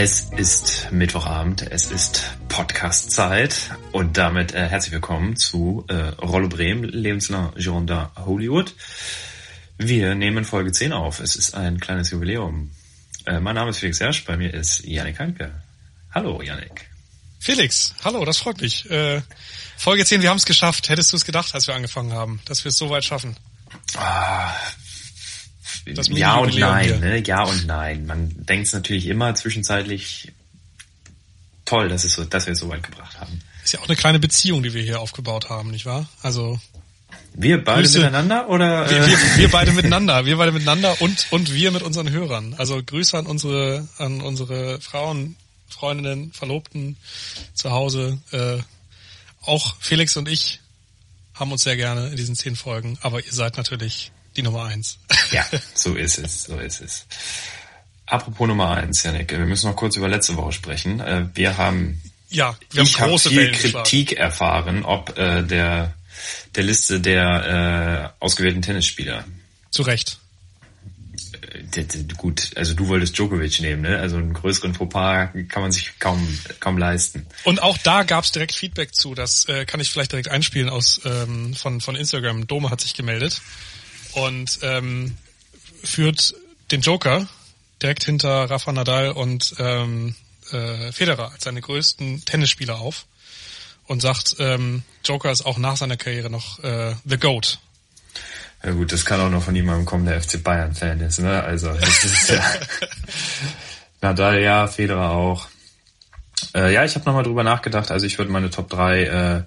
Es ist Mittwochabend, es ist Podcast-Zeit und damit herzlich willkommen zu Rollo Bremen, Lebenslang Girondin Hollywood. Wir nehmen Folge 10 auf. Es ist ein kleines Jubiläum. Mein Name ist Felix Hersch, bei mir ist Yannick Hanke. Hallo Yannick. Felix, hallo, das freut mich. Folge 10, wir haben es geschafft. Hättest du es gedacht, als wir angefangen haben, dass wir es so weit schaffen? Ja und nein, ne? Ja und nein. Man denkt es natürlich immer zwischenzeitlich toll, dass wir es so weit gebracht haben. Ist ja auch eine kleine Beziehung, die wir hier aufgebaut haben, nicht wahr? Also wir beide miteinander oder? Wir beide miteinander und wir mit unseren Hörern. Also Grüße an unsere Frauen, Freundinnen, Verlobten zu Hause. Auch Felix und ich haben uns sehr gerne in diesen 10 Folgen, aber ihr seid natürlich die Nummer 1. Ja, so ist es. Apropos Nummer 1, Yannick, wir müssen noch kurz über letzte Woche sprechen. Ich habe viel Kritik erfahren, ob der Liste der ausgewählten Tennisspieler. Zu Recht. Gut, also du wolltest Djokovic nehmen, ne? Also einen größeren Fauxpas kann man sich kaum leisten. Und auch da gab's direkt Feedback zu, das kann ich vielleicht direkt einspielen von Instagram. Dome hat sich gemeldet und führt den Joker direkt hinter Rafa Nadal und Federer als seine größten Tennisspieler auf und sagt, Joker ist auch nach seiner Karriere noch the GOAT. Ja gut, das kann auch noch von jemandem kommen, der FC Bayern-Fan ist, ne? Also das ist ja Nadal ja, Federer auch. Ja, ich habe nochmal drüber nachgedacht. Also ich würde meine Top 3,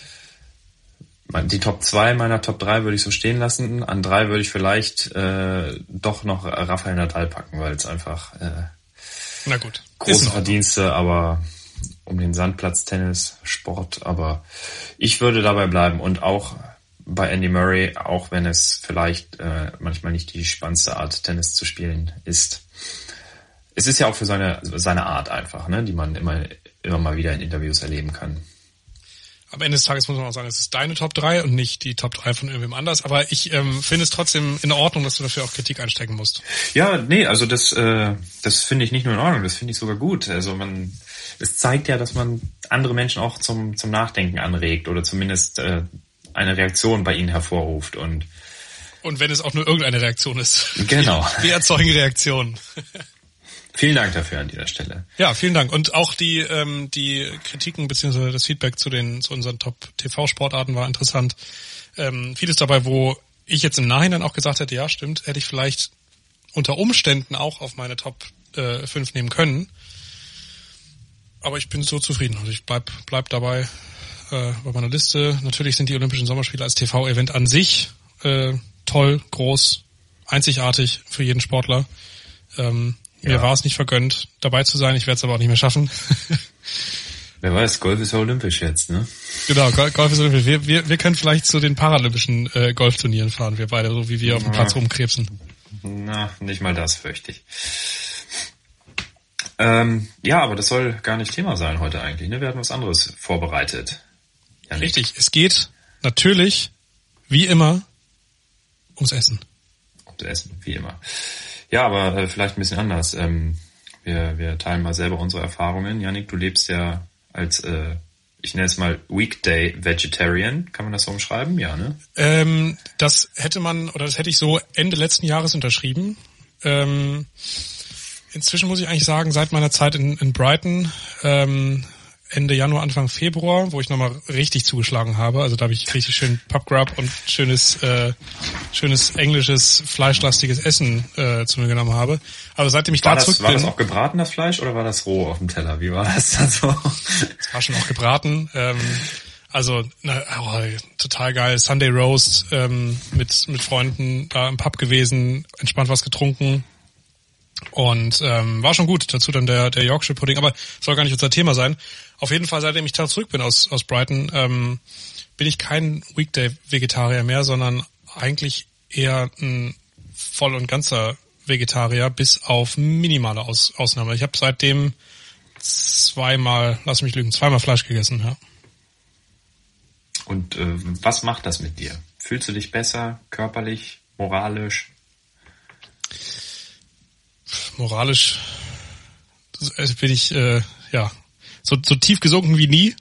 die Top 2 meiner Top 3 würde ich so stehen lassen. An 3 würde ich vielleicht doch noch Rafael Nadal packen, weil es einfach na gut, große Verdienste, aber um den Sandplatz, Tennis, Sport. Aber ich würde dabei bleiben und auch bei Andy Murray, auch wenn es vielleicht manchmal nicht die spannendste Art, Tennis zu spielen ist. Es ist ja auch für seine Art einfach, ne, die man immer mal wieder in Interviews erleben kann. Am Ende des Tages muss man auch sagen, es ist deine Top 3 und nicht die Top 3 von irgendwem anders. Aber ich finde es trotzdem in Ordnung, dass du dafür auch Kritik einstecken musst. Ja, nee, also das finde ich nicht nur in Ordnung, das finde ich sogar gut. Also es zeigt ja, dass man andere Menschen auch zum Nachdenken anregt oder zumindest eine Reaktion bei ihnen hervorruft. Und wenn es auch nur irgendeine Reaktion ist. Genau. Wir erzeugen Reaktionen. Vielen Dank dafür an dieser Stelle. Ja, vielen Dank. Und auch die Kritiken bzw. das Feedback zu unseren Top-TV-Sportarten war interessant. Vieles dabei, wo ich jetzt im Nachhinein auch gesagt hätte, ja stimmt, hätte ich vielleicht unter Umständen auch auf meine Top 5 nehmen können. Aber ich bin so zufrieden. Also ich bleib dabei bei meiner Liste. Natürlich sind die Olympischen Sommerspiele als TV-Event an sich toll, groß, einzigartig für jeden Sportler. Mir war es nicht vergönnt, dabei zu sein. Ich werde es aber auch nicht mehr schaffen. Wer weiß, Golf ist ja olympisch jetzt, ne? Genau, Golf ist olympisch. Wir können vielleicht zu den paralympischen Golfturnieren fahren, wir beide, so wie wir auf dem Platz rumkrebsen. Na, nicht mal das, fürchte ich. Ja, aber das soll gar nicht Thema sein heute eigentlich, ne? Wir hatten was anderes vorbereitet. Ja, richtig, es geht natürlich, wie immer, ums Essen. Ums Essen, wie immer. Ja, aber vielleicht ein bisschen anders. Wir teilen mal selber unsere Erfahrungen. Yannick, du lebst ja als, ich nenne es mal Weekday Vegetarian. Kann man das so umschreiben? Ja, ne? Das hätte ich so Ende letzten Jahres unterschrieben. Inzwischen muss ich eigentlich sagen, seit meiner Zeit in Brighton, Ende Januar, Anfang Februar, wo ich nochmal richtig zugeschlagen habe. Also da habe ich richtig schön Pubgrub und schönes englisches, fleischlastiges Essen zu mir genommen habe. Aber seitdem ich zurück bin... War das auch gebraten, das Fleisch, oder war das roh auf dem Teller? Wie war das da so? Es war schon auch gebraten. Total geil. Sunday Roast mit Freunden da im Pub gewesen, entspannt was getrunken. Und war schon gut. Dazu dann der Yorkshire Pudding, aber soll gar nicht unser Thema sein. Auf jeden Fall, seitdem ich da zurück bin aus Brighton, bin ich kein Weekday-Vegetarier mehr, sondern eigentlich eher ein voll und ganzer Vegetarier, bis auf minimale Ausnahme. Ich habe seitdem zweimal Fleisch gegessen, ja. Und was macht das mit dir? Fühlst du dich besser, körperlich, moralisch? Moralisch bin ich so tief gesunken wie nie.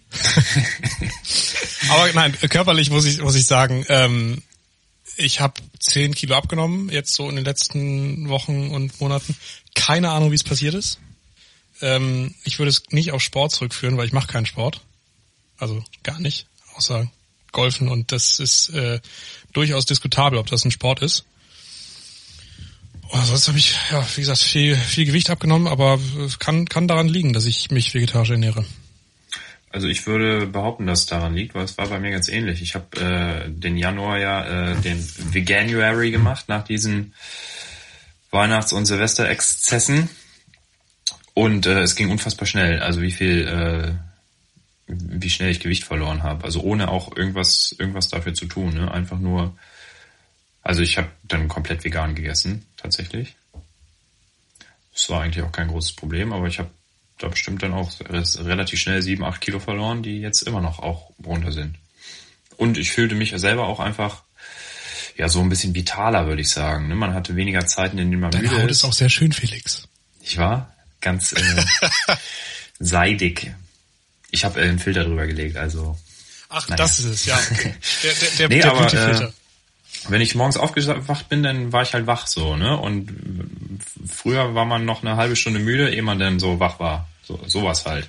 Aber nein, körperlich muss ich sagen, ich habe 10 Kilo abgenommen, jetzt so in den letzten Wochen und Monaten. Keine Ahnung, wie es passiert ist. Ich würde es nicht auf Sport zurückführen, weil ich mache keinen Sport. Also gar nicht, außer Golfen. Und das ist durchaus diskutabel, ob das ein Sport ist. Sonst habe ich, wie gesagt, viel Gewicht abgenommen, aber es kann daran liegen, dass ich mich vegetarisch ernähre. Also ich würde behaupten, dass es daran liegt, weil es war bei mir ganz ähnlich. Ich habe den Januar den Veganuary gemacht, nach diesen Weihnachts- und Silvesterexzessen. Und es ging unfassbar schnell. Also wie schnell ich Gewicht verloren habe. Also ohne auch irgendwas dafür zu tun. Ne? Einfach nur. Also ich habe dann komplett vegan gegessen, tatsächlich. Das war eigentlich auch kein großes Problem, aber ich habe da bestimmt dann auch relativ schnell 7-8 Kilo verloren, die jetzt immer noch auch runter sind. Und ich fühlte mich selber auch einfach, so ein bisschen vitaler, würde ich sagen. Ne? Man hatte weniger Zeiten, in denen man müde ist. Deine Haut ist auch sehr schön, Felix. Ich war ganz seidig. Ich habe einen Filter drüber gelegt, also. Ach, naja. Das ist es, ja. Okay. Der Beauty-Filter. Wenn ich morgens aufgewacht bin, dann war ich halt wach so, ne? Und früher war man noch eine halbe Stunde müde, ehe man dann so wach war. Sowas halt.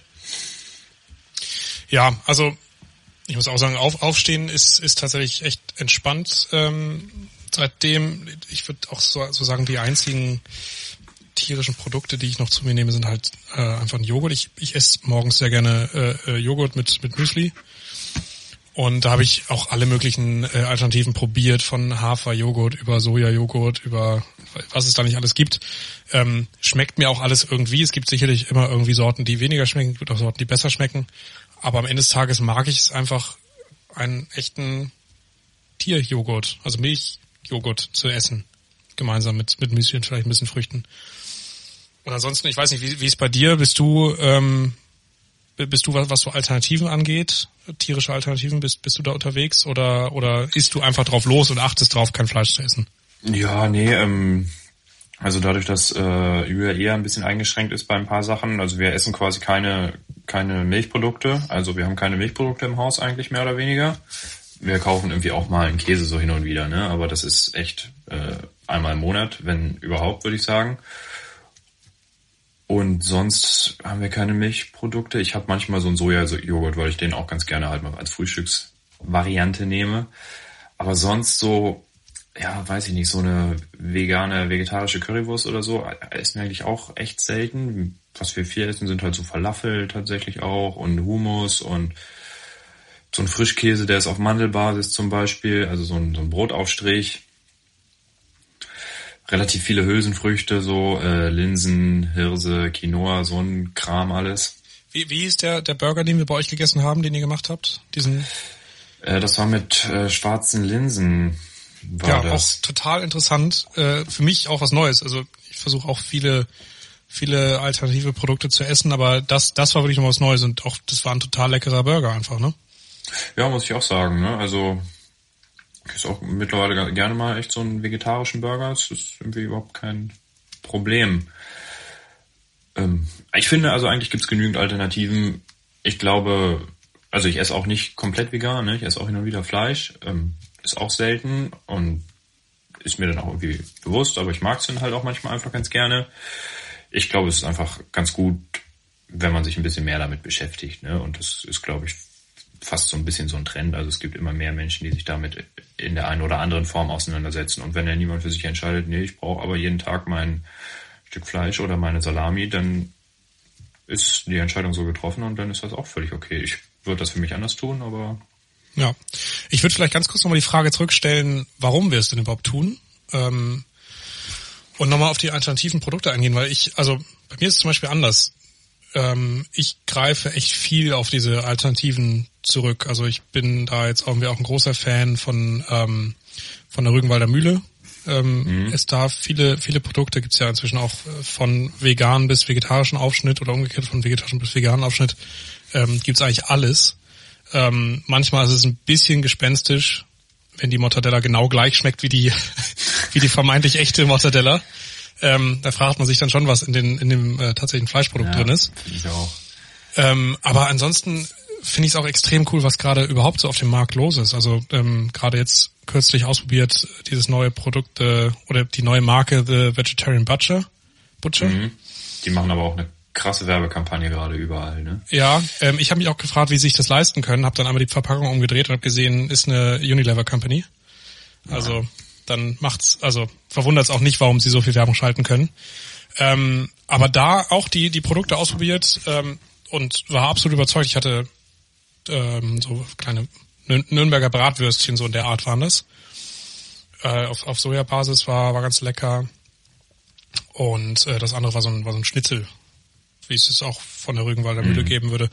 Ja, also ich muss auch sagen, Aufstehen ist tatsächlich echt entspannt. Seitdem, ich würde auch so sagen, die einzigen tierischen Produkte, die ich noch zu mir nehme, sind halt einfach ein Joghurt. Ich esse morgens sehr gerne Joghurt mit Müsli. Und da habe ich auch alle möglichen Alternativen probiert, von Haferjoghurt über Sojajoghurt, über was es da nicht alles gibt. Schmeckt mir auch alles irgendwie. Es gibt sicherlich immer irgendwie Sorten, die weniger schmecken, es gibt auch Sorten, die besser schmecken. Aber am Ende des Tages mag ich es einfach, einen echten Tierjoghurt, also Milchjoghurt zu essen. Gemeinsam mit Müsli und vielleicht ein bisschen Früchten. Und ansonsten, ich weiß nicht, wie es bei dir, bist du, was so Alternativen angeht, tierische Alternativen, bist du da unterwegs oder isst du einfach drauf los und achtest drauf, kein Fleisch zu essen? Ja, nee, also dadurch, dass Julia eher ein bisschen eingeschränkt ist bei ein paar Sachen, also wir essen quasi keine Milchprodukte, also wir haben keine Milchprodukte im Haus eigentlich, mehr oder weniger. Wir kaufen irgendwie auch mal einen Käse so hin und wieder, ne, aber das ist echt einmal im Monat, wenn überhaupt, würde ich sagen. Und sonst haben wir keine Milchprodukte. Ich habe manchmal so einen Sojajoghurt, weil ich den auch ganz gerne halt mal als Frühstücksvariante nehme. Aber sonst so, weiß ich nicht, so eine vegetarische Currywurst oder so essen wir eigentlich auch echt selten. Was wir viel essen, sind halt so Falafel tatsächlich auch und Hummus und so ein Frischkäse, der ist auf Mandelbasis zum Beispiel, also so ein Brotaufstrich. Relativ viele Hülsenfrüchte, so Linsen, Hirse, Quinoa, so ein Kram alles. Wie ist der Burger, den wir bei euch gegessen haben, den ihr gemacht habt? Das war mit schwarzen Linsen. War das. Auch total interessant. Für mich auch was Neues. Also ich versuche auch viele alternative Produkte zu essen, aber das war wirklich noch was Neues und auch das war ein total leckerer Burger einfach, ne? Ja, muss ich auch sagen, ne? Also ich esse auch mittlerweile gerne mal echt so einen vegetarischen Burger. Das ist irgendwie überhaupt kein Problem. Ich finde, also eigentlich gibt's genügend Alternativen. Ich glaube, also ich esse auch nicht komplett vegan, ne? Ich esse auch hin und wieder Fleisch. Ist auch selten und ist mir dann auch irgendwie bewusst, aber ich mag es dann halt auch manchmal einfach ganz gerne. Ich glaube, es ist einfach ganz gut, wenn man sich ein bisschen mehr damit beschäftigt, ne? Und das ist, glaube ich, fast so ein bisschen so ein Trend. Also es gibt immer mehr Menschen, die sich damit in der einen oder anderen Form auseinandersetzen. Und wenn ja niemand für sich entscheidet, nee, ich brauche aber jeden Tag mein Stück Fleisch oder meine Salami, dann ist die Entscheidung so getroffen und dann ist das auch völlig okay. Ich würde das für mich anders tun, aber... Ja, ich würde vielleicht ganz kurz nochmal die Frage zurückstellen, warum wir es denn überhaupt tun. Und nochmal auf die alternativen Produkte eingehen, weil bei mir ist es zum Beispiel anders. Ich greife echt viel auf diese Alternativen zurück. Also ich bin da jetzt auch ein großer Fan von der Rügenwalder Mühle. Es da viele Produkte gibt's ja inzwischen auch von veganen bis vegetarischen Aufschnitt oder umgekehrt von vegetarischen bis veganen Aufschnitt. Gibt's eigentlich alles. Manchmal ist es ein bisschen gespenstisch, wenn die Mortadella genau gleich schmeckt wie die vermeintlich echte Mortadella. Da fragt man sich dann schon, was in dem tatsächlichen Fleischprodukt drin ist. Finde ich auch. Aber ansonsten finde ich es auch extrem cool, was gerade überhaupt so auf dem Markt los ist. Also gerade jetzt kürzlich ausprobiert dieses neue Produkt oder die neue Marke The Vegetarian Butcher. Mhm. Die machen aber auch eine krasse Werbekampagne gerade überall, ne? Ja, ich habe mich auch gefragt, wie sie sich das leisten können. Habe dann einmal die Verpackung umgedreht und habe gesehen, ist eine Unilever Company. Also dann verwundert es auch nicht, warum sie so viel Werbung schalten können. Aber da auch die Produkte ausprobiert und war absolut überzeugt. Ich hatte so kleine Nürnberger Bratwürstchen, so in der Art waren das. Auf Sojabasis war ganz lecker. Und das andere war so ein Schnitzel, wie es auch von der Rügenwalder Mühle geben würde.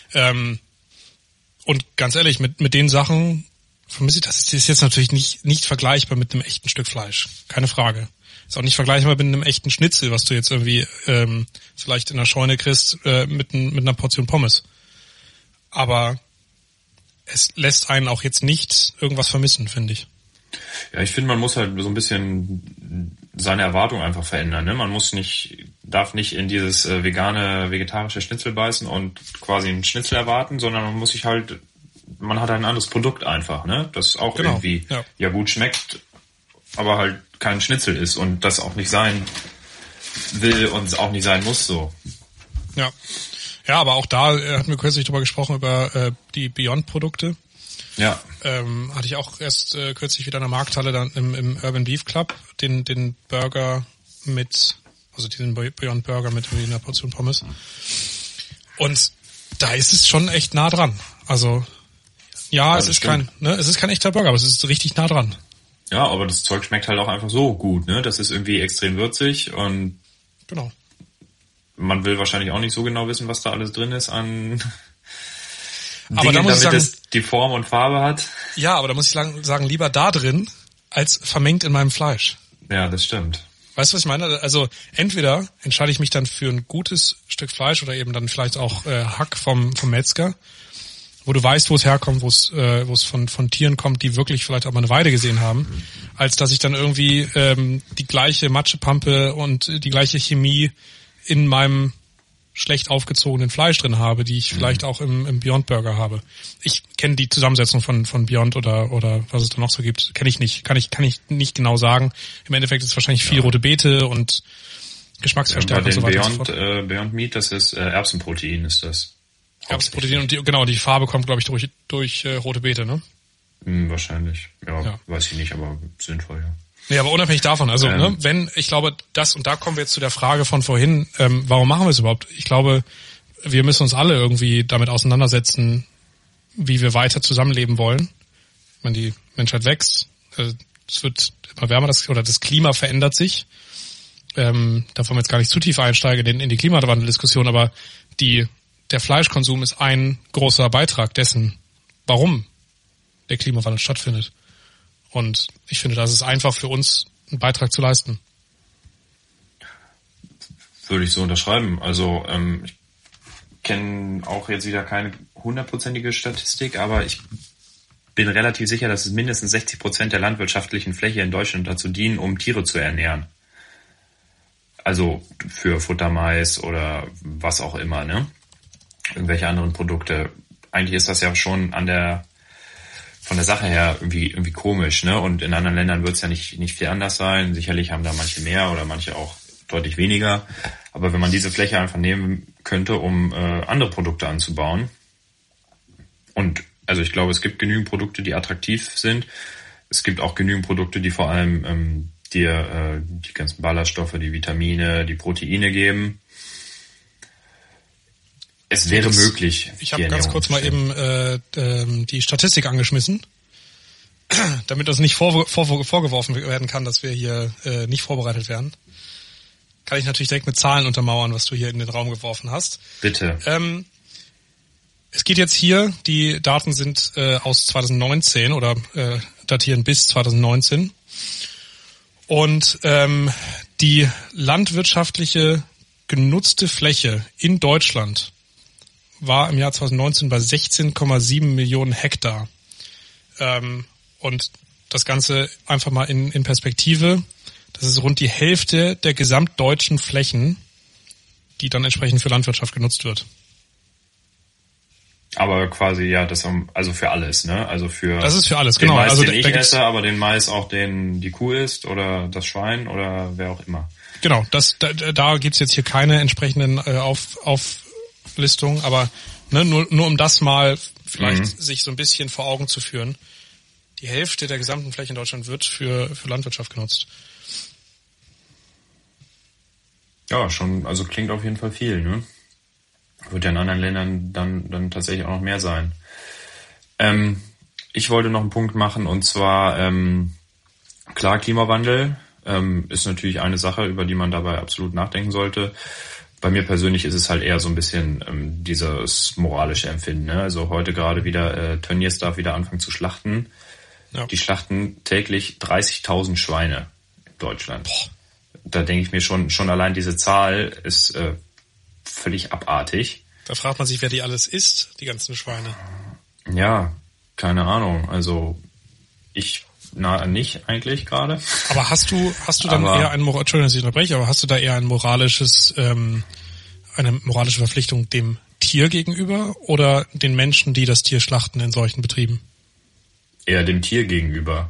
Und ganz ehrlich, mit den Sachen vermisse ich, das ist jetzt natürlich nicht vergleichbar mit einem echten Stück Fleisch. Keine Frage. Ist auch nicht vergleichbar mit einem echten Schnitzel, was du jetzt irgendwie vielleicht in der Scheune kriegst mit einer Portion Pommes. Aber es lässt einen auch jetzt nicht irgendwas vermissen, finde ich. Ja, ich finde, man muss halt so ein bisschen seine Erwartung einfach verändern, ne? Man darf nicht in dieses vegetarische Schnitzel beißen und quasi einen Schnitzel erwarten, sondern man hat ein anderes Produkt einfach, ne? Das auch irgendwie gut schmeckt, aber halt kein Schnitzel ist und das auch nicht sein will und auch nicht sein muss so. Ja. Ja, aber auch da hatten wir kürzlich drüber gesprochen, über die Beyond-Produkte. Ja. Hatte ich auch erst kürzlich wieder in der Markthalle dann im Urban Beef Club, den Burger diesen Beyond Burger mit irgendwie einer Portion Pommes. Und da ist es schon echt nah dran. Also, ja, es ist kein echter Burger, aber es ist richtig nah dran. Ja, aber das Zeug schmeckt halt auch einfach so gut, ne? Das ist irgendwie extrem würzig und genau. Man will wahrscheinlich auch nicht so genau wissen, was da alles drin ist an aber Dingen, da muss damit ich sagen, es die Form und Farbe hat. Ja, aber da muss ich sagen, lieber da drin, als vermengt in meinem Fleisch. Ja, das stimmt. Weißt du, was ich meine? Also entweder entscheide ich mich dann für ein gutes Stück Fleisch oder eben dann vielleicht auch Hack vom Metzger, wo du weißt, wo es herkommt, wo es von Tieren kommt, die wirklich vielleicht auch mal eine Weide gesehen haben, als dass ich dann irgendwie die gleiche Matschepampe und die gleiche Chemie in meinem schlecht aufgezogenen Fleisch drin habe, die ich vielleicht auch im Beyond Burger habe. Ich kenne die Zusammensetzung von Beyond oder was es da noch so gibt, kenne ich nicht, kann ich nicht genau sagen. Im Endeffekt ist es wahrscheinlich viel rote Beete und Geschmacksverstärker und so weiter und so fort. Beyond Meat, das ist Erbsenprotein, ist das. Erbsenprotein und die Farbe kommt, glaube ich, durch rote Beete, ne? Wahrscheinlich, ja, weiß ich nicht, aber sinnvoll, ja. Nee, aber unabhängig davon, also ich glaube, und da kommen wir jetzt zu der Frage von vorhin, warum machen wir es überhaupt? Ich glaube, wir müssen uns alle irgendwie damit auseinandersetzen, wie wir weiter zusammenleben wollen. Ich meine, die Menschheit wächst, es wird immer wärmer, das Klima verändert sich. Da wollen wir jetzt gar nicht zu tief einsteigen in die Klimawandeldiskussion, aber der Fleischkonsum ist ein großer Beitrag dessen, warum der Klimawandel stattfindet. Und ich finde, das ist einfach für uns einen Beitrag zu leisten. Würde ich so unterschreiben. Also ich kenne auch jetzt wieder keine 100%ige Statistik, aber ich bin relativ sicher, dass es mindestens 60% der landwirtschaftlichen Fläche in Deutschland dazu dienen, um Tiere zu ernähren. Also für Futtermais oder was auch immer, ne? Irgendwelche anderen Produkte. Eigentlich ist das ja schon von der Sache her irgendwie komisch, ne? Und in anderen Ländern wird es ja nicht viel anders sein. Sicherlich haben da manche mehr oder manche auch deutlich weniger. Aber wenn man diese Fläche einfach nehmen könnte, um andere Produkte anzubauen, und also ich glaube, es gibt genügend Produkte, die attraktiv sind. Es gibt auch genügend Produkte, die vor allem dir die ganzen Ballaststoffe, die Vitamine, die Proteine geben. Es wäre möglich. Ich habe ganz kurz mal eben die Statistik angeschmissen, damit das nicht vorgeworfen werden kann, dass wir hier nicht vorbereitet werden. Kann ich natürlich direkt mit Zahlen untermauern, was du hier in den Raum geworfen hast. Bitte. Es geht jetzt hier, die Daten sind aus 2019 oder datieren bis 2019. Und die landwirtschaftliche genutzte Fläche in Deutschland war im Jahr 2019 bei 16,7 Millionen Hektar. Und das Ganze einfach mal in Perspektive. Das ist rund die Hälfte der gesamtdeutschen Flächen, die dann entsprechend für Landwirtschaft genutzt wird. Aber quasi, ja, also für alles, ne? Also für das ist für alles, den genau. Mais, also den ich esse, aber den Mais auch, den die Kuh isst oder das Schwein oder wer auch immer. Genau, da gibt's jetzt hier keine entsprechenden Auflistungen, aber ne, nur um das mal vielleicht sich so ein bisschen vor Augen zu führen. Die Hälfte der gesamten Fläche in Deutschland wird für Landwirtschaft genutzt. Ja, schon, also klingt auf jeden Fall viel, ne? Wird ja in anderen Ländern dann tatsächlich auch noch mehr sein. Ich wollte noch einen Punkt machen, und zwar, klar, Klimawandel ist natürlich eine Sache, über die man dabei absolut nachdenken sollte. Bei mir persönlich ist es halt eher so ein bisschen dieses moralische Empfinden, ne? Also heute gerade wieder, Tönnies darf wieder anfangen zu schlachten. Ja. Die schlachten täglich 30.000 Schweine in Deutschland. Boah. Da denke ich mir schon allein diese Zahl ist völlig abartig. Da fragt man sich, wer die alles isst, die ganzen Schweine. Ja, keine Ahnung. Also nicht eigentlich gerade. Aber hast du dann eher Entschuldigung, dass ich unterbreche, aber hast du da eher eine moralische Verpflichtung dem Tier gegenüber oder den Menschen, die das Tier schlachten in solchen Betrieben? Eher dem Tier gegenüber.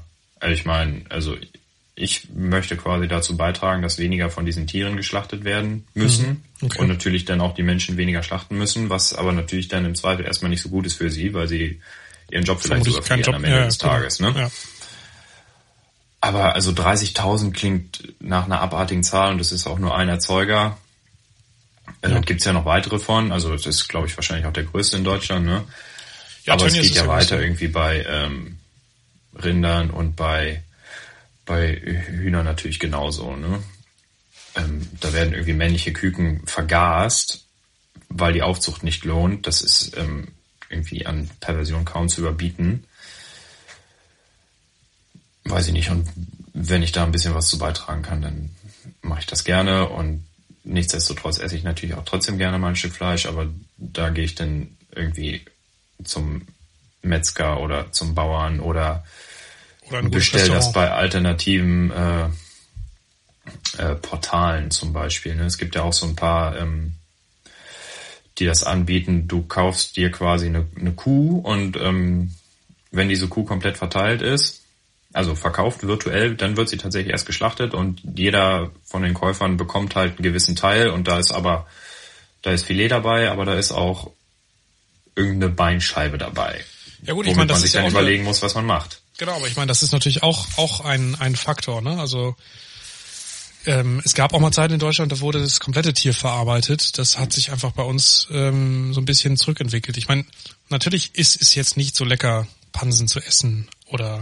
Ich möchte quasi dazu beitragen, dass weniger von diesen Tieren geschlachtet werden müssen. Okay. Und natürlich dann auch die Menschen weniger schlachten müssen, was aber natürlich dann im Zweifel erstmal nicht so gut ist für sie, weil sie ihren Job vielleicht sogar verlieren am Ende des Tages. Ne? Ja. Aber also 30.000 klingt nach einer abartigen Zahl und das ist auch nur ein Erzeuger. Gibt's ja noch weitere von, also das ist, glaube ich, wahrscheinlich auch der größte in Deutschland. Ne? Ja, aber Tönnies es geht ja weiter irgendwie bei Rindern und bei Hühnern natürlich genauso, ne? Da werden irgendwie männliche Küken vergast, weil die Aufzucht nicht lohnt. Das ist irgendwie an Perversion kaum zu überbieten. Weiß ich nicht. Und wenn ich da ein bisschen was zu beitragen kann, dann mache ich das gerne. Und nichtsdestotrotz esse ich natürlich auch trotzdem gerne mal ein Stück Fleisch, aber da gehe ich dann irgendwie zum Metzger oder zum Bauern oder bestell das bei alternativen Portalen zum Beispiel. Ne? Es gibt ja auch so ein paar, die das anbieten. Du kaufst dir quasi eine Kuh und wenn diese Kuh komplett verteilt ist, also verkauft virtuell, dann wird sie tatsächlich erst geschlachtet und jeder von den Käufern bekommt halt einen gewissen Teil und da ist Filet dabei, aber da ist auch irgendeine Beinscheibe dabei. Ja gut, womit man sich dann überlegen muss, was man macht. Genau, aber ich meine, das ist natürlich auch ein Faktor, ne? Also es gab auch mal Zeiten in Deutschland, da wurde das komplette Tier verarbeitet. Das hat sich einfach bei uns so ein bisschen zurückentwickelt. Ich meine, natürlich ist es jetzt nicht so lecker, Pansen zu essen oder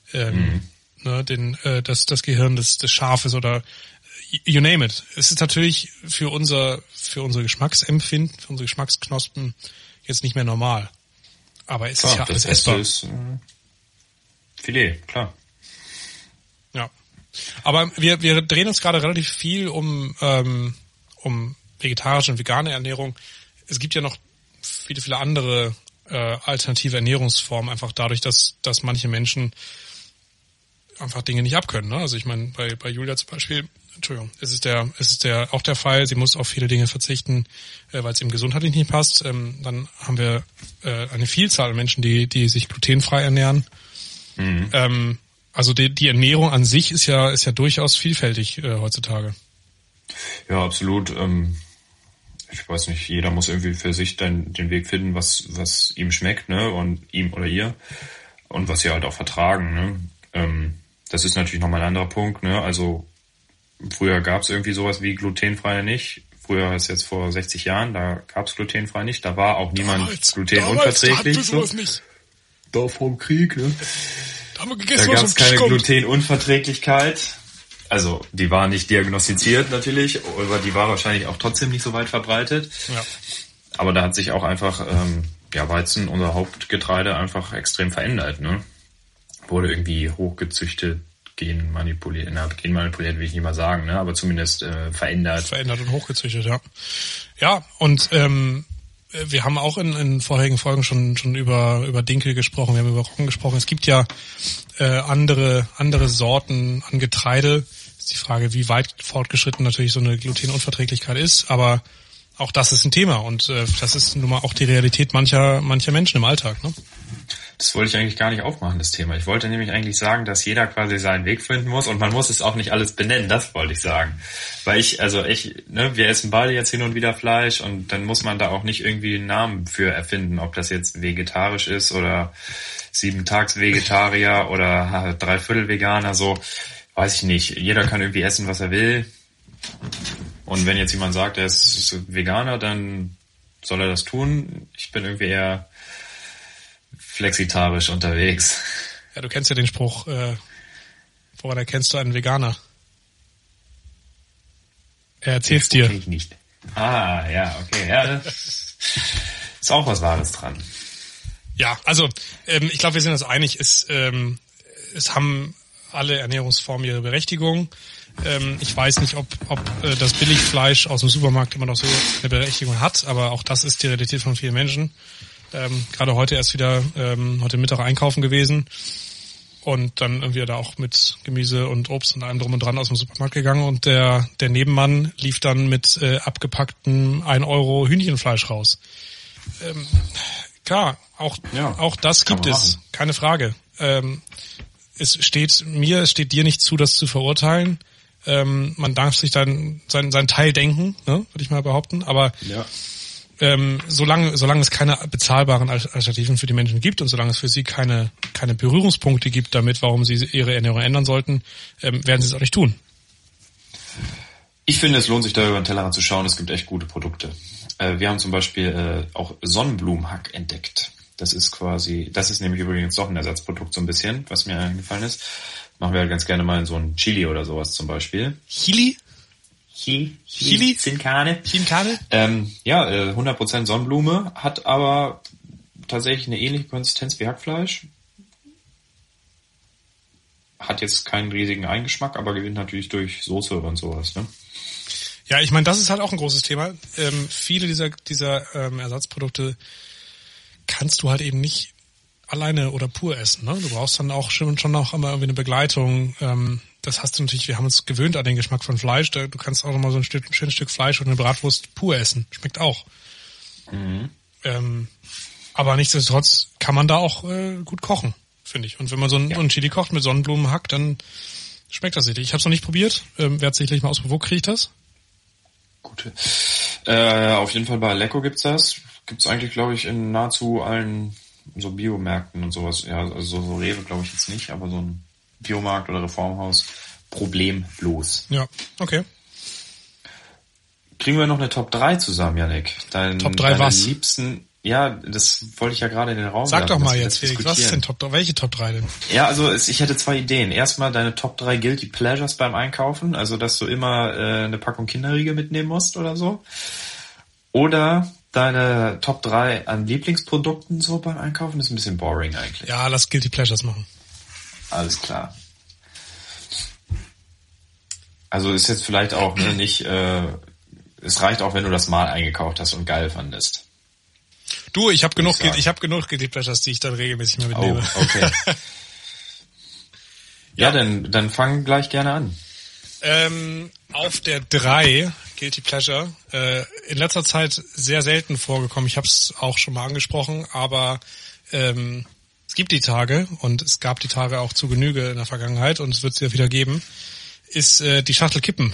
das Gehirn des Schafes oder you name it. Es ist natürlich für unser Geschmacksempfinden, für unsere Geschmacksknospen jetzt nicht mehr normal. Aber es ist ja alles essbar. Das ist Filet, klar. Ja. Aber wir drehen uns gerade relativ viel um vegetarische und vegane Ernährung. Es gibt ja noch viele, viele andere alternative Ernährungsformen, einfach dadurch, dass manche Menschen einfach Dinge nicht abkönnen. Ne? Also ich meine, bei Julia zum Beispiel, es ist auch der Fall, sie muss auf viele Dinge verzichten, weil es ihm gesundheitlich nicht passt. Dann haben wir eine Vielzahl an Menschen, die sich glutenfrei ernähren. Mhm. Also die Ernährung an sich ist ja durchaus vielfältig heutzutage. Ja, absolut. Ich weiß nicht, jeder muss irgendwie für sich dann den Weg finden, was ihm schmeckt, ne, und ihm oder ihr und was sie halt auch vertragen, ne. Das ist natürlich nochmal ein anderer Punkt, ne. Also früher gab es irgendwie sowas wie glutenfrei nicht. Früher ist jetzt vor 60 Jahren, da gab es glutenfrei nicht. Da war auch niemand glutenunverträglich. Sowas nicht. Da vorm Krieg, ne? Da gab es keine Glutenunverträglichkeit. Also die war nicht diagnostiziert natürlich, aber die war wahrscheinlich auch trotzdem nicht so weit verbreitet. Ja. Aber da hat sich auch einfach Weizen, unser Hauptgetreide, einfach extrem verändert. Ne? Wurde irgendwie hochgezüchtet, genmanipuliert will ich nicht mal sagen, ne? Aber zumindest verändert. Verändert und hochgezüchtet, ja. Ja, und wir haben auch in vorherigen Folgen schon über Dinkel gesprochen, wir haben über Roggen gesprochen. Es gibt ja andere Sorten an Getreide, Ist die Frage, wie weit fortgeschritten natürlich so eine Glutenunverträglichkeit ist, aber auch das ist ein Thema und das ist nun mal auch die Realität mancher Menschen im Alltag, ne? Das wollte ich eigentlich gar nicht aufmachen, das Thema. Ich wollte nämlich eigentlich sagen, dass jeder quasi seinen Weg finden muss und man muss es auch nicht alles benennen, das wollte ich sagen. Weil wir essen beide jetzt hin und wieder Fleisch und dann muss man da auch nicht irgendwie einen Namen für erfinden, ob das jetzt vegetarisch ist oder 7-Tags-Vegetarier oder 3/4 Veganer, so, weiß ich nicht. Jeder kann irgendwie essen, was er will. Und wenn jetzt jemand sagt, er ist Veganer, dann soll er das tun. Ich bin irgendwie eher flexitarisch unterwegs. Ja, du kennst ja den Spruch, woran erkennst du einen Veganer? Er erzählt's dir. Kenn ich nicht. Ah, ja, okay. Ja, das ist auch was Wahres dran. Ja, also ich glaube, wir sind uns einig, es haben alle Ernährungsformen ihre Berechtigung. Ich weiß nicht, ob das Billigfleisch aus dem Supermarkt immer noch so eine Berechtigung hat, aber auch das ist die Realität von vielen Menschen. Gerade heute erst wieder heute Mittag einkaufen gewesen und dann irgendwie da auch mit Gemüse und Obst und allem drum und dran aus dem Supermarkt gegangen und der Nebenmann lief dann mit abgepacktem 1 Euro Hühnchenfleisch raus. Klar, auch das gibt es, keine Frage. Es steht dir nicht zu, das zu verurteilen. Man darf sich dann sein Teil denken, ne, würde ich mal behaupten, aber ja. Solange es keine bezahlbaren Alternativen für die Menschen gibt und solange es für sie keine Berührungspunkte gibt damit, warum sie ihre Ernährung ändern sollten, werden sie es auch nicht tun. Ich finde, es lohnt sich da über den Tellerrand zu schauen. Es gibt echt gute Produkte. Wir haben zum Beispiel auch Sonnenblumenhack entdeckt. Das ist nämlich übrigens doch ein Ersatzprodukt so ein bisschen, was mir eingefallen ist. Machen wir halt ganz gerne mal in so ein Chili oder sowas zum Beispiel. Chili? Chili? Chinkane. 100% Sonnenblume, hat aber tatsächlich eine ähnliche Konsistenz wie Hackfleisch. Hat jetzt keinen riesigen Eigengeschmack, aber gewinnt natürlich durch Soße und sowas, ne? Ja, ich meine, das ist halt auch ein großes Thema. Viele dieser Ersatzprodukte kannst du halt eben nicht alleine oder pur essen, ne? Du brauchst dann auch schon noch immer irgendwie eine Begleitung. Das hast du natürlich, wir haben uns gewöhnt an den Geschmack von Fleisch. Du kannst auch noch mal so ein schönes Stück Fleisch oder eine Bratwurst pur essen. Schmeckt auch. Mhm. Aber nichtsdestotrotz kann man da auch gut kochen, finde ich. Und wenn man so ein Chili kocht mit Sonnenblumenhack, dann schmeckt das sicherlich. Ich habe es noch nicht probiert. Werde sicherlich mal ausprobieren. Wo kriege ich das? Gute. Auf jeden Fall bei Lecco gibt's das. Gibt's eigentlich, glaube ich, in nahezu allen so Biomärkten und sowas. Ja, also so Rewe glaube ich jetzt nicht, aber so ein Biomarkt oder Reformhaus problemlos. Ja, okay. Kriegen wir noch eine Top 3 zusammen, Yannick? Top 3 was? Liebsten, ja, das wollte ich ja gerade in den Raum Sag doch mal jetzt, Felix, was ist denn Top 3? Welche Top 3 denn? Ja, also ich hätte 2 Ideen. Erstmal deine Top 3 Guilty Pleasures beim Einkaufen, also dass du immer eine Packung Kinderriegel mitnehmen musst oder so. Oder deine Top 3 an Lieblingsprodukten so beim Einkaufen, ist ein bisschen boring eigentlich. Ja, lass Guilty Pleasures machen. Alles klar. Also ist jetzt vielleicht auch nicht, es reicht auch, wenn du das mal eingekauft hast und geil fandest. Du, ich habe genug Guilty Pleasures, die ich dann regelmäßig mal mitnehme. Oh, okay. Ja, dann fang gleich gerne an. Auf der 3 Guilty Pleasure, in letzter Zeit sehr selten vorgekommen. Ich habe es auch schon mal angesprochen, aber es gibt die Tage und es gab die Tage auch zu Genüge in der Vergangenheit und es wird sie ja wieder geben, ist die Schachtel Kippen.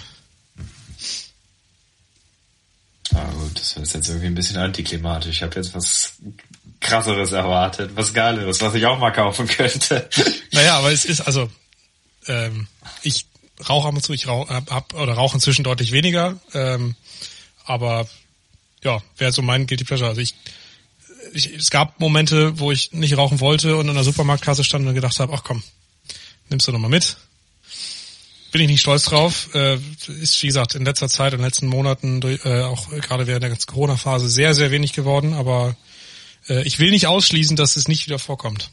Ah gut, das ist jetzt irgendwie ein bisschen antiklimatisch. Ich habe jetzt was Krasseres erwartet, was Geileres, was ich auch mal kaufen könnte. Naja, aber es ist, also ich rauche ab und zu, ich rauche inzwischen deutlich weniger, aber ja, wäre so mein Guilty Pleasure. Also es gab Momente, wo ich nicht rauchen wollte und an der Supermarktkasse stand und gedacht habe, ach komm, nimmst du noch mal mit. Bin ich nicht stolz drauf. Ist, wie gesagt, in letzter Zeit, in den letzten Monaten, auch gerade während der ganzen Corona-Phase sehr, sehr wenig geworden, aber ich will nicht ausschließen, dass es nicht wieder vorkommt.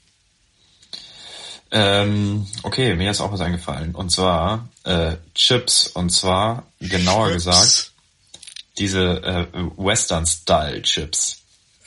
Okay, mir ist auch was eingefallen. Und zwar Chips. Und zwar, genauer gesagt, diese Western-Style-Chips.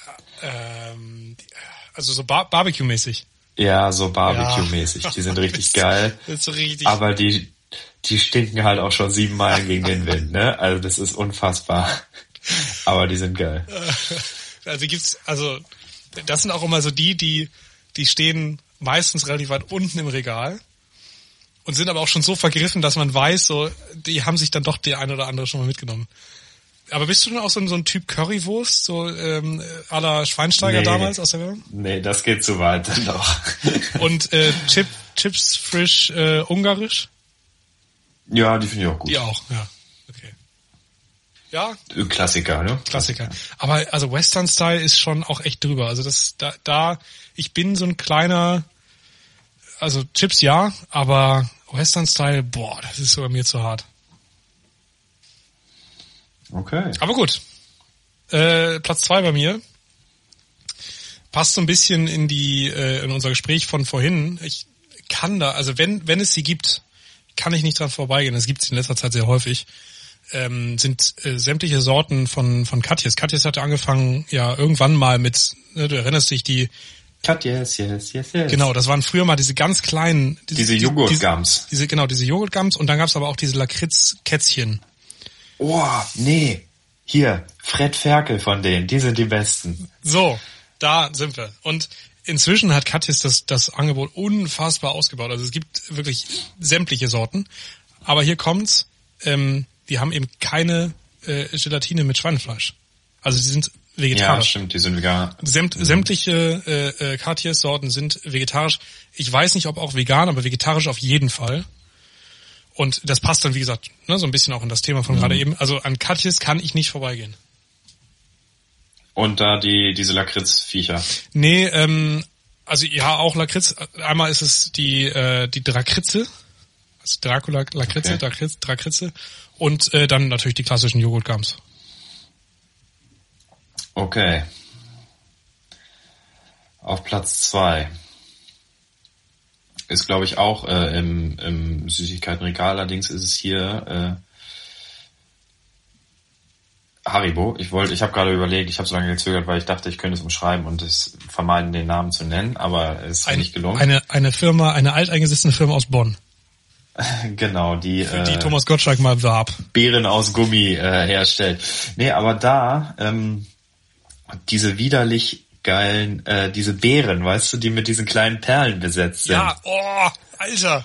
Also so Barbecue-mäßig. Ja, so Barbecue-mäßig. Die sind richtig geil. Das ist so richtig. Aber die die stinken halt auch schon 7 Meilen gegen den Wind, ne? Also das ist unfassbar. Aber die sind geil. Also das sind auch immer so die stehen meistens relativ weit unten im Regal und sind aber auch schon so vergriffen, dass man weiß, so, die haben sich dann doch die eine oder andere schon mal mitgenommen. Aber bist du denn auch so ein Typ Currywurst, so à la Schweinsteiger damals aus der Werbung? Nee, das geht zu weit dann doch. Und Chips frisch ungarisch? Ja, die finde ich auch gut. Die auch, ja. Okay. Ja. Klassiker, ne? Klassiker. Aber also Western Style ist schon auch echt drüber. Also ich bin so ein kleiner, also Chips ja, aber Western Style, boah, das ist sogar mir zu hart. Okay. Aber gut. Platz 2 bei mir. Passt so ein bisschen in unser Gespräch von vorhin. Ich kann da, also wenn es sie gibt, kann ich nicht dran vorbeigehen. Es gibt sie in letzter Zeit sehr häufig. Sind sämtliche Sorten von Katjes. Katjes hatte angefangen, ja, irgendwann mal mit, ne, du erinnerst dich, die Katjes, yes. Genau, das waren früher mal diese ganz kleinen... Diese Joghurtgums. Diese Joghurtgums und dann gab's aber auch diese Lakritz-Kätzchen. Oh, nee. Hier, Fred Ferkel von denen, die sind die besten. So, da sind wir. Und inzwischen hat Katjes das Angebot unfassbar ausgebaut. Also es gibt wirklich sämtliche Sorten. Aber hier kommt's, die haben eben keine Gelatine mit Schweinefleisch. Also die sind vegetarisch. Ja, stimmt, die sind vegan. Sämtliche Katjes-Sorten sind vegetarisch. Ich weiß nicht, ob auch vegan, aber vegetarisch auf jeden Fall. Und das passt dann, wie gesagt, ne, so ein bisschen auch in das Thema von gerade eben. Also an Katjes kann ich nicht vorbeigehen. Und da diese Lakritz-Viecher. Nee, also ja, auch Lakritz. Einmal ist es die Drakritze. Also Dracula, Lakritze, okay. Drakritze. Und dann natürlich die klassischen Joghurtgums. Okay. Auf Platz 2 ist, glaube ich, auch im Süßigkeitenregal. Allerdings ist es hier Haribo. Ich habe gerade überlegt, ich habe so lange gezögert, weil ich dachte, ich könnte es umschreiben und es vermeiden, den Namen zu nennen, aber es ist nicht gelungen. Eine Firma, eine alteingesessene Firma aus Bonn. Genau, die Thomas Gottschalk mal warb. Beeren aus Gummi herstellt. Nee, aber da diese widerlich geilen, diese Beeren, weißt du, die mit diesen kleinen Perlen besetzt sind. Ja, oh, Alter.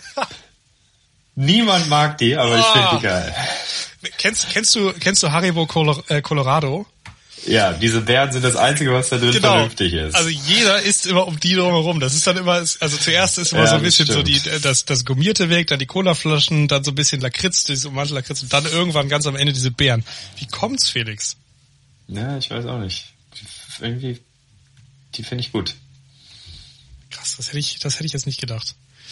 Niemand mag die, aber ich finde die geil. Kennst du Haribo Colorado? Ja, diese Beeren sind das Einzige, was da drin vernünftig ist. Also jeder isst immer um die drumherum. Das ist dann immer, also zuerst ist immer so ein bisschen so das gummierte Weg, dann die Colaflaschen, dann so ein bisschen Lakritz, diese Ummantel-Lakritz und dann irgendwann ganz am Ende diese Beeren. Wie kommt's, Felix? Ja, ich weiß auch nicht. Irgendwie, die finde ich gut. Krass, das hätte ich jetzt nicht gedacht.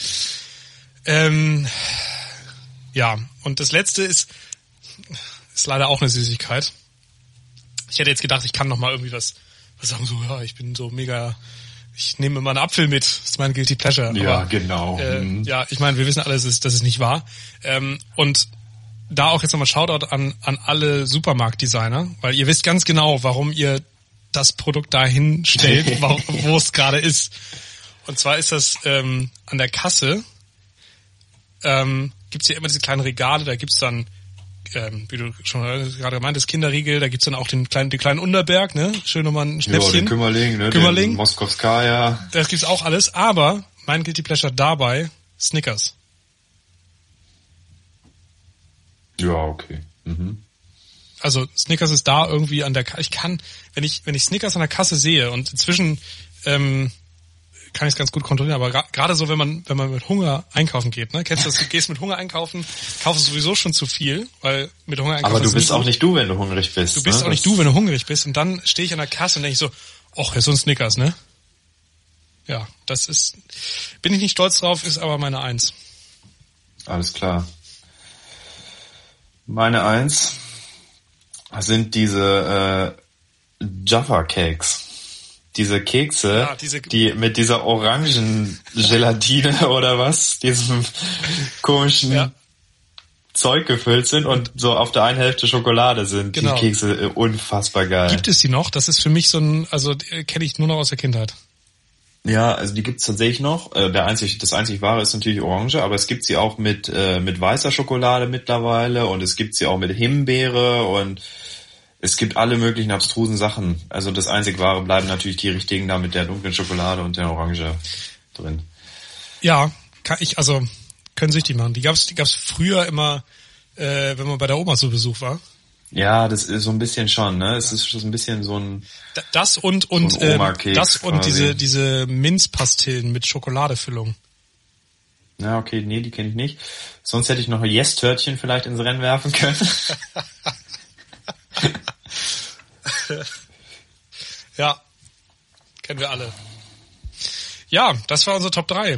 Ja, und das letzte ist leider auch eine Süßigkeit. Ich hätte jetzt gedacht, ich kann noch mal irgendwie was sagen, so, ja, ich bin so mega, ich nehme immer einen Apfel mit, das ist mein Guilty Pleasure. Ja, aber, genau. Ja, ich meine, wir wissen alle, das ist nicht wahr. Und da auch jetzt nochmal Shoutout an alle Supermarktdesigner, weil ihr wisst ganz genau, warum ihr das Produkt dahin stellt, wo es gerade ist. Und zwar ist das an der Kasse, gibt's ja immer diese kleinen Regale, da gibt's dann, wie du schon gerade meintest, Kinderriegel, da gibt's dann auch den kleinen Unterberg, ne? Schön nochmal ein Schnäppchen. Ja, den Kümmerling, ne? Den Moskowskaja. Das gibt's auch alles, aber mein Guilty Pleasure dabei, Snickers. Ja, okay. Mhm. Also Snickers ist da irgendwie an der Kasse. Ich kann, wenn ich Snickers an der Kasse sehe und inzwischen kann ich es ganz gut kontrollieren, aber gerade so, wenn man mit Hunger einkaufen geht, ne? Kennst du das? Du gehst mit Hunger einkaufen, kaufst sowieso schon zu viel, weil mit Hunger einkaufen. Aber du bist auch nicht du, wenn du hungrig bist. Du bist auch nicht du, wenn du hungrig bist. Und dann stehe ich an der Kasse und denke ich so, ach, ist so ein Snickers, ne? Ja, bin ich nicht stolz drauf, ist aber meine 1. Alles klar. Meine 1 sind diese Jaffa Cakes. Diese Kekse, ja, die mit dieser orangen Gelatine oder was, diesem komischen Zeug gefüllt sind und so auf der einen Hälfte Schokolade sind. Genau. Die Kekse unfassbar geil. Gibt es die noch? Das ist für mich so ein, also kenne ich nur noch aus der Kindheit. Ja, also die gibt's tatsächlich noch. Das einzig wahre ist natürlich Orange, aber es gibt sie auch mit weißer Schokolade mittlerweile und es gibt sie auch mit Himbeere und es gibt alle möglichen abstrusen Sachen. Also das einzig wahre bleiben natürlich die richtigen da mit der dunklen Schokolade und der Orange drin. Ja, können süchtig machen. Die gab's früher immer, wenn man bei der Oma zu Besuch war. Ja, das ist so ein bisschen schon, ne? Es ist so ein bisschen so ein das und diese Minzpastillen mit Schokoladefüllung. Ja, okay, nee, die kenne ich nicht. Sonst hätte ich noch ein Yes-Törtchen vielleicht ins Rennen werfen können. Ja, kennen wir alle. Ja, das war unsere Top 3.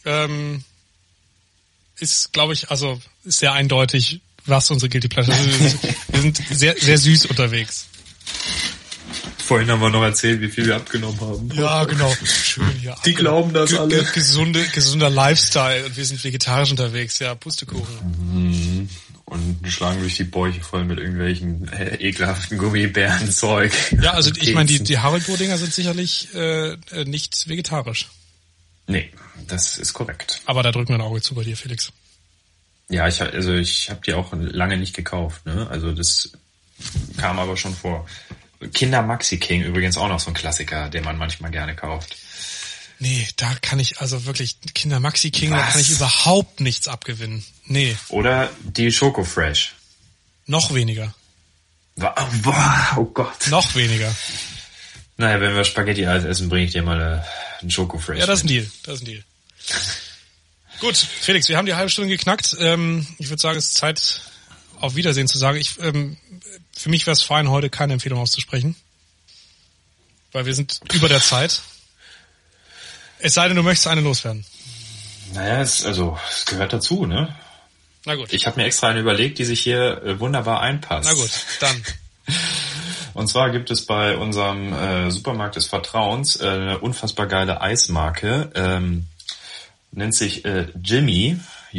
Ist, glaube ich, ist sehr eindeutig, was unsere Guilty Pleasure ist. Wir sind sehr, sehr süß unterwegs. Vorhin haben wir noch erzählt, wie viel wir abgenommen haben. Ja, genau. Schön hier. Die glauben das alle. Gesunder Lifestyle und wir sind vegetarisch unterwegs. Ja, Pustekuchen. Und schlagen durch die Bäuche voll mit irgendwelchen ekelhaften Gummibärenzeug. Ja, also ich meine, die Haribo-Dinger sind sicherlich nicht vegetarisch. Nee, das ist korrekt. Aber da drücken wir ein Auge zu bei dir, Felix. Ja, ich habe die auch lange nicht gekauft, ne? Also das kam aber schon vor. Kinder Maxi King übrigens auch noch so ein Klassiker, den man manchmal gerne kauft. Nee, da kann ich wirklich Kinder Maxi King, da kann ich überhaupt nichts abgewinnen. Nee. Oder die Schoko Fresh. Noch weniger. Oh Gott. Noch weniger. Naja, wenn wir Spaghetti-Eis essen, bringe ich dir mal einen Schoko Fresh. Ja, das ist ein Deal. Gut, Felix, wir haben die halbe Stunde geknackt. Ich würde sagen, es ist Zeit, auf Wiedersehen zu sagen. Für mich wäre es fein, heute keine Empfehlung auszusprechen. Weil wir sind über der Zeit. Es sei denn, du möchtest eine loswerden. Naja, es gehört dazu, ne? Na gut. Ich habe mir extra eine überlegt, die sich hier wunderbar einpasst. Na gut, dann. Und zwar gibt es bei unserem Supermarkt des Vertrauens eine unfassbar geile Eismarke. Nennt sich Jimmy,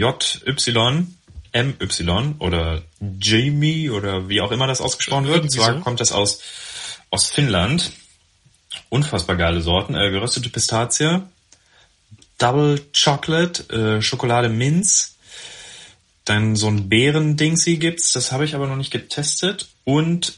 J-Y-M-Y oder Jamie oder wie auch immer das ausgesprochen wird. Und zwar kommt das aus Finnland. Unfassbar geile Sorten. Geröstete Pistazie, Double Chocolate, Schokolade Minz. Dann so ein Beeren-Dingsy gibt's, das habe ich aber noch nicht getestet. Und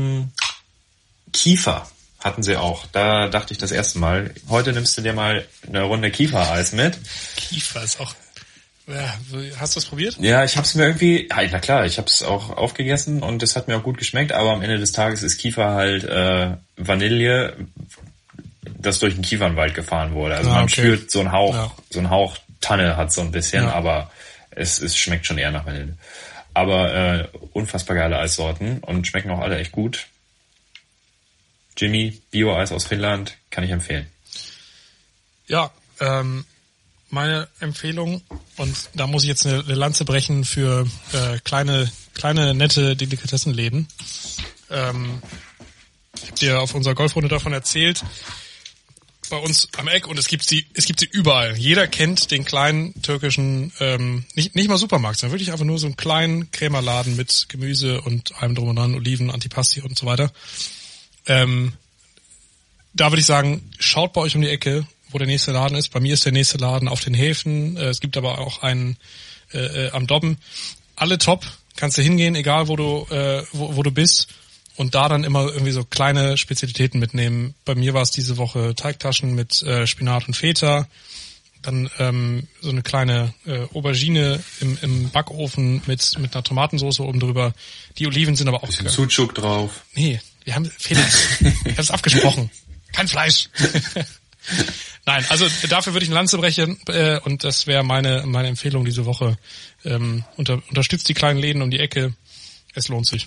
Kiefer hatten sie auch. Da dachte ich das erste Mal, heute nimmst du dir mal eine Runde Kiefer-Eis mit. Kiefer ist auch... Ja, hast du das probiert? Ja, ich habe es mir irgendwie... Na klar, ich habe es auch aufgegessen und es hat mir auch gut geschmeckt, aber am Ende des Tages ist Kiefer halt Vanille, das durch den Kiefernwald gefahren wurde. Also man spürt so einen Hauch Tanne hat so ein bisschen, aber es schmeckt schon eher nach Vanille. Aber unfassbar geile Eissorten und schmecken auch alle echt gut. Jimmy, Bio-Eis aus Finnland, kann ich empfehlen. Ja, meine Empfehlung, und da muss ich jetzt eine Lanze brechen für kleine, nette Delikatessenläden. Ich habe dir auf unserer Golfrunde davon erzählt, bei uns am Eck, und es gibt sie überall. Jeder kennt den kleinen türkischen, nicht mal Supermarkt, sondern wirklich einfach nur so einen kleinen Krämerladen mit Gemüse und allem drum und dran, Oliven, Antipasti und so weiter. Da würde ich sagen, schaut bei euch um die Ecke, wo der nächste Laden ist. Bei mir ist der nächste Laden auf den Häfen. Es gibt aber auch einen am Dobben. Alle top. Kannst du hingehen, egal wo du bist. Und da dann immer irgendwie so kleine Spezialitäten mitnehmen. Bei mir war es diese Woche Teigtaschen mit Spinat und Feta. Dann so eine kleine Aubergine im Backofen mit einer Tomatensauce oben drüber. Die Oliven sind aber auch... Bisschen Sucuk drauf. Nee, Felix, ich hab's abgesprochen. Kein Fleisch. Nein, also dafür würde ich eine Lanze brechen und das wäre meine Empfehlung diese Woche. Unterstützt die kleinen Läden um die Ecke. Es lohnt sich.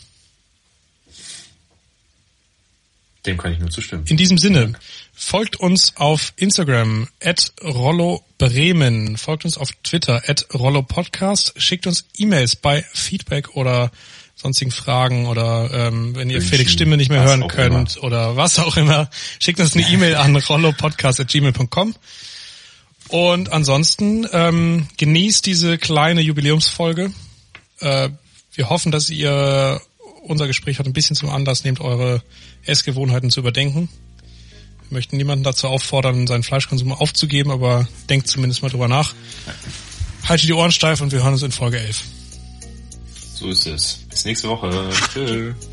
Dem kann ich nur zustimmen. In diesem Sinne, folgt uns auf Instagram @RolloBremen, folgt uns auf Twitter @RolloPodcast, schickt uns E-Mails bei Feedback oder sonstigen Fragen oder wenn ihr Felix Stimme nicht mehr hören könnt oder was auch immer, schickt uns eine E-Mail an rollopodcast@gmail.com. Und ansonsten genießt diese kleine Jubiläumsfolge. Wir hoffen, dass ihr unser Gespräch heute ein bisschen zum Anlass nehmt, eure Essgewohnheiten zu überdenken. möchten niemanden dazu auffordern, seinen Fleischkonsum aufzugeben, aber denkt zumindest mal drüber nach. Haltet die Ohren steif und wir hören uns in Folge 11. So ist es. Bis nächste Woche. Tschüss.